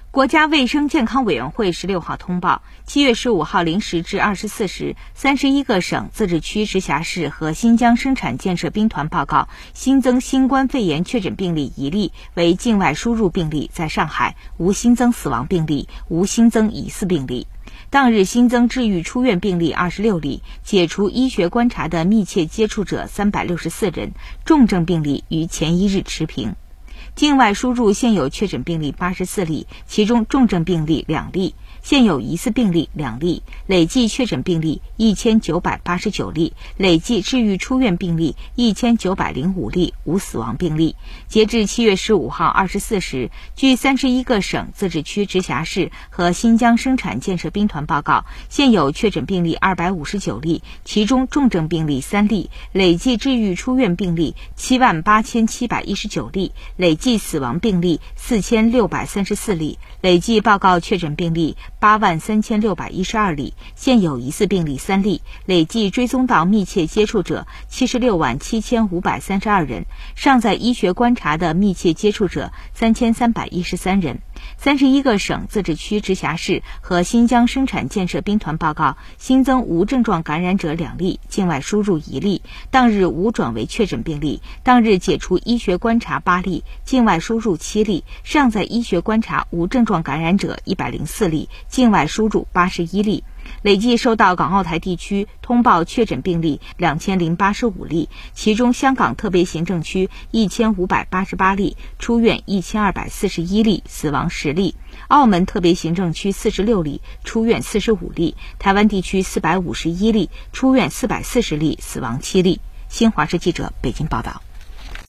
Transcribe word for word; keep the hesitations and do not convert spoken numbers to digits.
国家卫生健康委员会十六号通报，七月十五号零时至二十四时，三十一个省、自治区、直辖市和新疆生产建设兵团报告新增新冠肺炎确诊病例一例，为境外输入病例，在上海，无新增死亡病例，无新增疑似病例。当日新增治愈出院病例二十六例，解除医学观察的密切接触者三百六十四人，重症病例与前一日持平。境外输入现有确诊病例八十四例，其中重症病例两例，现有疑似病例两例，累计确诊病例一千九百八十九例，累计治愈出院病例一千九百零五例，无死亡病例。截至七月十五号二十四时，据三十一个省、自治区、直辖市和新疆生产建设兵团报告，现有确诊病例二百五十九例，其中重症病例三例，累计治愈出院病例七万八千七百一十九例，累计死亡病例四千六百三十四例，累计报告确诊病例八万三千六百一十二例，现有疑似病例三例，累计追踪到密切接触者七十六万七千五百三十二人，尚在医学观察的密切接触者三千三百一十三人。三十一个省、自治区、直辖市和新疆生产建设兵团报告新增无症状感染者两例，境外输入一例，当日无转为确诊病例，当日解除医学观察八例，境外输入七例，尚在医学观察无症状感染者一百零四例，境外输入八十一例。累计收到港澳台地区通报确诊病例两千零八十五例，其中香港特别行政区一千五百八十八例，出院一千二百四十一例，死亡十例；澳门特别行政区四十六例，出院四十五例；台湾地区四百五十一例，出院四百四十例，死亡七例。新华社记者北京报道。